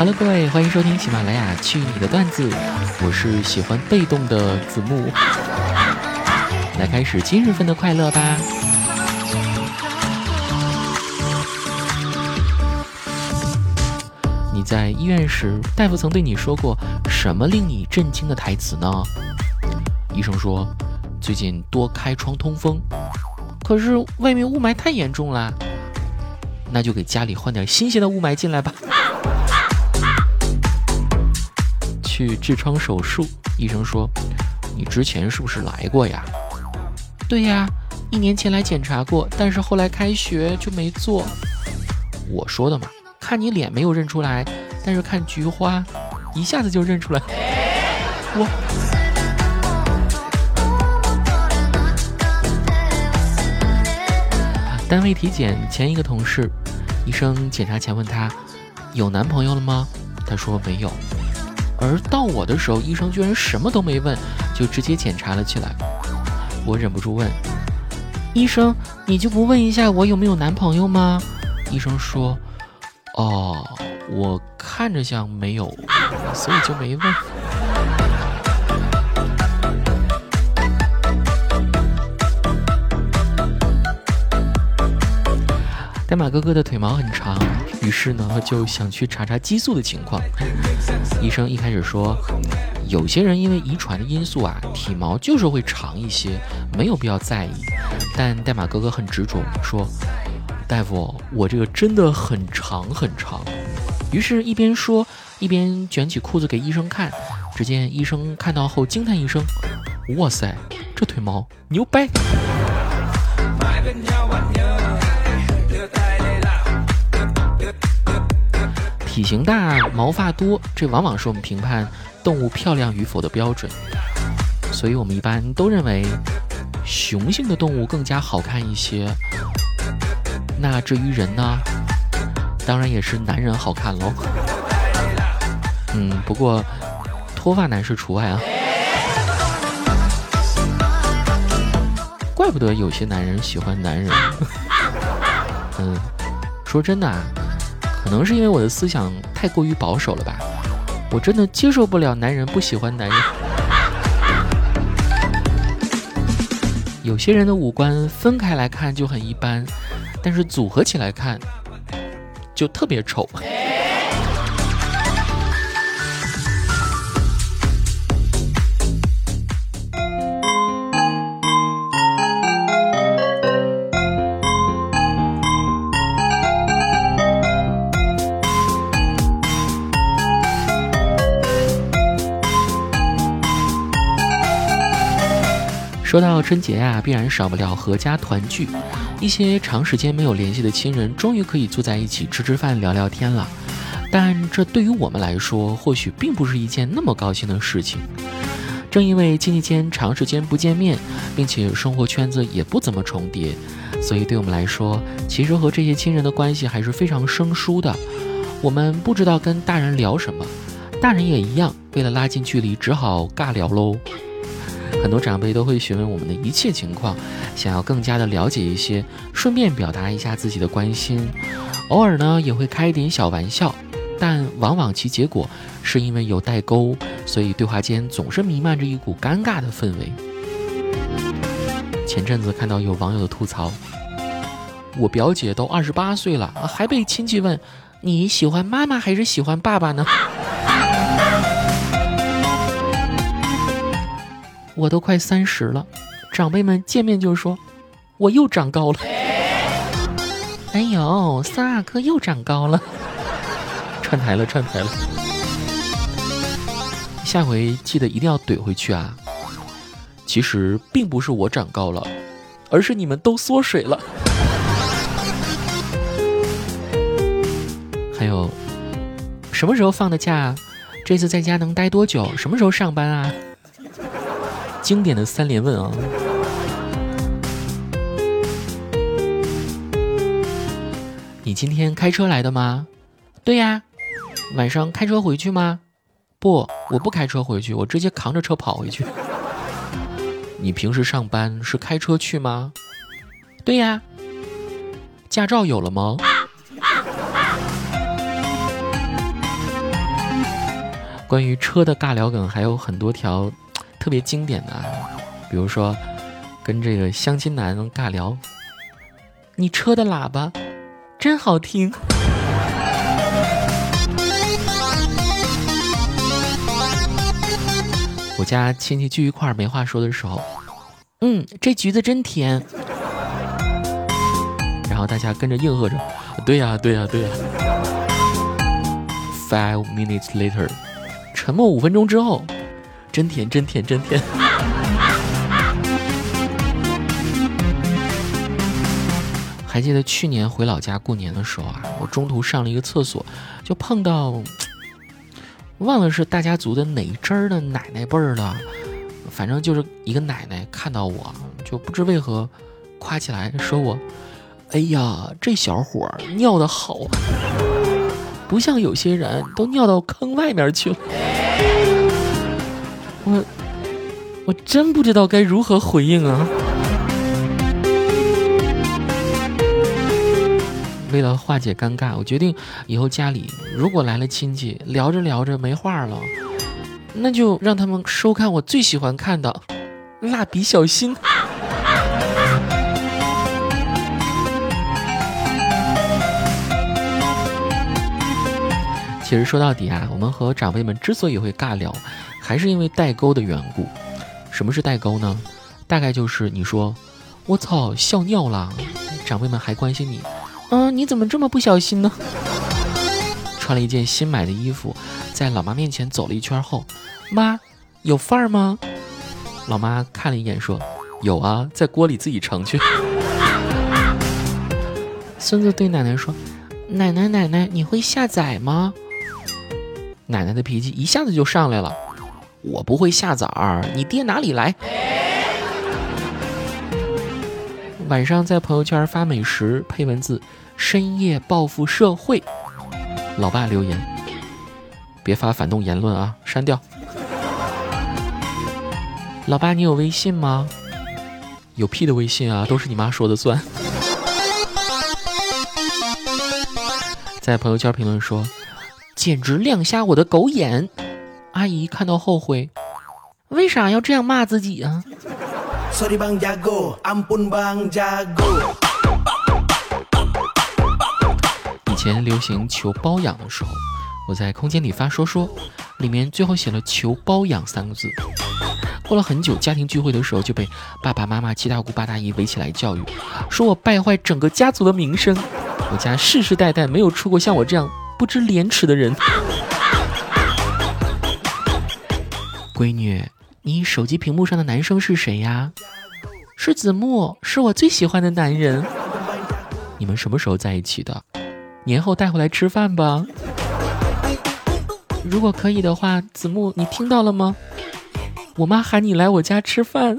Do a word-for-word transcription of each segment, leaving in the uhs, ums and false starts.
Hello， 各位，欢迎收听喜马拉雅去你的段子，我是喜欢被动的子木。来开始今日份的快乐吧。你在医院时，大夫曾对你说过什么令你震惊的台词呢？医生说，最近多开窗通风，可是外面雾霾太严重了，那就给家里换点新鲜的雾霾进来吧。去痔疮手术，医生说，你之前是不是来过呀？对呀，一年前来检查过，但是后来开学就没做。我说的嘛，看你脸没有认出来，但是看菊花一下子就认出来。我单位体检前一个同事，医生检查前问他有男朋友了吗？他说没有。而到我的时候，医生居然什么都没问，就直接检查了起来。我忍不住问医生，你就不问一下我有没有男朋友吗？医生说，哦，我看着像没有，所以就没问。代码哥哥的腿毛很长，于是呢就想去查查激素的情况。医生一开始说，有些人因为遗传的因素啊，体毛就是会长一些，没有必要在意。但代码哥哥很执着说，大夫，我这个真的很长很长。于是一边说一边卷起裤子给医生看。只见医生看到后惊叹一声，哇塞，这腿毛牛掰。体型大毛发多，这往往是我们评判动物漂亮与否的标准，所以我们一般都认为雄性的动物更加好看一些。那至于人呢，当然也是男人好看咯。嗯，不过脱发男是除外啊。怪不得有些男人喜欢男人。嗯，说真的啊，可能是因为我的思想太过于保守了吧，我真的接受不了男人不喜欢男人。有些人的五官分开来看就很一般，但是组合起来看就特别丑。说到春节啊，必然少不了阖家团聚，一些长时间没有联系的亲人终于可以坐在一起吃吃饭聊聊天了。但这对于我们来说或许并不是一件那么高兴的事情。正因为亲戚间长时间不见面，并且生活圈子也不怎么重叠，所以对我们来说，其实和这些亲人的关系还是非常生疏的。我们不知道跟大人聊什么，大人也一样，为了拉近距离只好尬聊喽。很多长辈都会询问我们的一切情况，想要更加的了解一些，顺便表达一下自己的关心。偶尔呢也会开一点小玩笑，但往往其结果是因为有代沟，所以对话间总是弥漫着一股尴尬的氛围。前阵子看到有网友的吐槽，我表姐都二十八岁了，还被亲戚问你喜欢妈妈还是喜欢爸爸呢？我都快三十了，长辈们见面就说我又长高了。哎呦，萨克又长高了，串台了串台了。下回记得一定要怼回去啊。其实并不是我长高了，而是你们都缩水了。还有什么时候放的假？这次在家能待多久？什么时候上班啊？经典的三连问啊！你今天开车来的吗？对呀。晚上开车回去吗？不，我不开车回去，我直接扛着车跑回去。你平时上班是开车去吗？对呀。驾照有了吗？ 关于车的尬聊梗还有很多条特别经典的啊，比如说跟这个相亲男尬聊，你车的喇叭真好听。我家亲戚聚一块儿没话说的时候，嗯，这橘子真甜。然后大家跟着应和着，对呀对呀对呀。Five minutes later， 沉默五分钟之后，真甜真甜真甜。还记得去年回老家过年的时候啊，我中途上了一个厕所，就碰到忘了是大家族的哪一支儿的奶奶辈儿的，反正就是一个奶奶看到我就不知为何夸起来，说我哎呀这小伙儿尿得好啊，不像有些人都尿到坑外面去了。我我真不知道该如何回应啊。为了化解尴尬，我决定以后家里如果来了亲戚，聊着聊着没话了，那就让他们收看我最喜欢看的蜡笔小新。其实说到底啊，我们和长辈们之所以会尬聊，还是因为代沟的缘故。什么是代沟呢？大概就是你说我操笑尿了，长辈们还关心你，嗯，你怎么这么不小心呢？穿了一件新买的衣服，在老妈面前走了一圈后，妈，有范儿吗？老妈看了一眼说，有啊，在锅里自己盛去。孙子对奶奶说，奶奶奶奶，你会下载吗？奶奶的脾气一下子就上来了，我不会下崽儿，你爹哪里来？晚上在朋友圈发美食，配文字深夜报复社会。老爸留言，别发反动言论啊，删掉。老爸你有微信吗？有屁的微信啊，都是你妈说的算。在朋友圈评论说，简直亮瞎我的狗眼，阿姨看到后悔，为啥要这样骂自己啊？Sorry bang jago, ampun bang jago。以前流行求包养的时候，我在空间里发说说，里面最后写了求包养三个字。过了很久，家庭聚会的时候就被爸爸妈妈、七大姑八大姨围起来教育，说我败坏整个家族的名声。我家世世代代没有出过像我这样不知廉耻的人。闺女，你手机屏幕上的男生是谁呀？是子木，是我最喜欢的男人。你们什么时候在一起的？年后带回来吃饭吧。如果可以的话，子木，你听到了吗？我妈喊你来我家吃饭。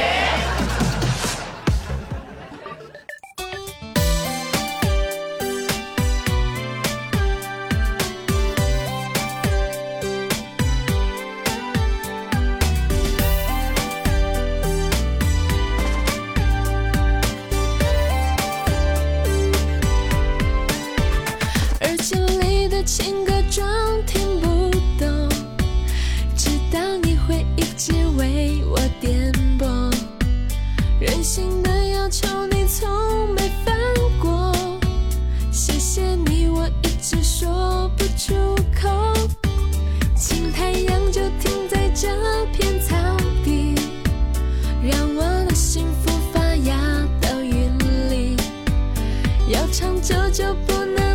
情歌装听不懂，知道你会一直为我颠簸，任性的要求你从没犯过，谢谢你我一直说不出口，请太阳就停在这片草地，让我的幸福发芽到云里，要长久就不能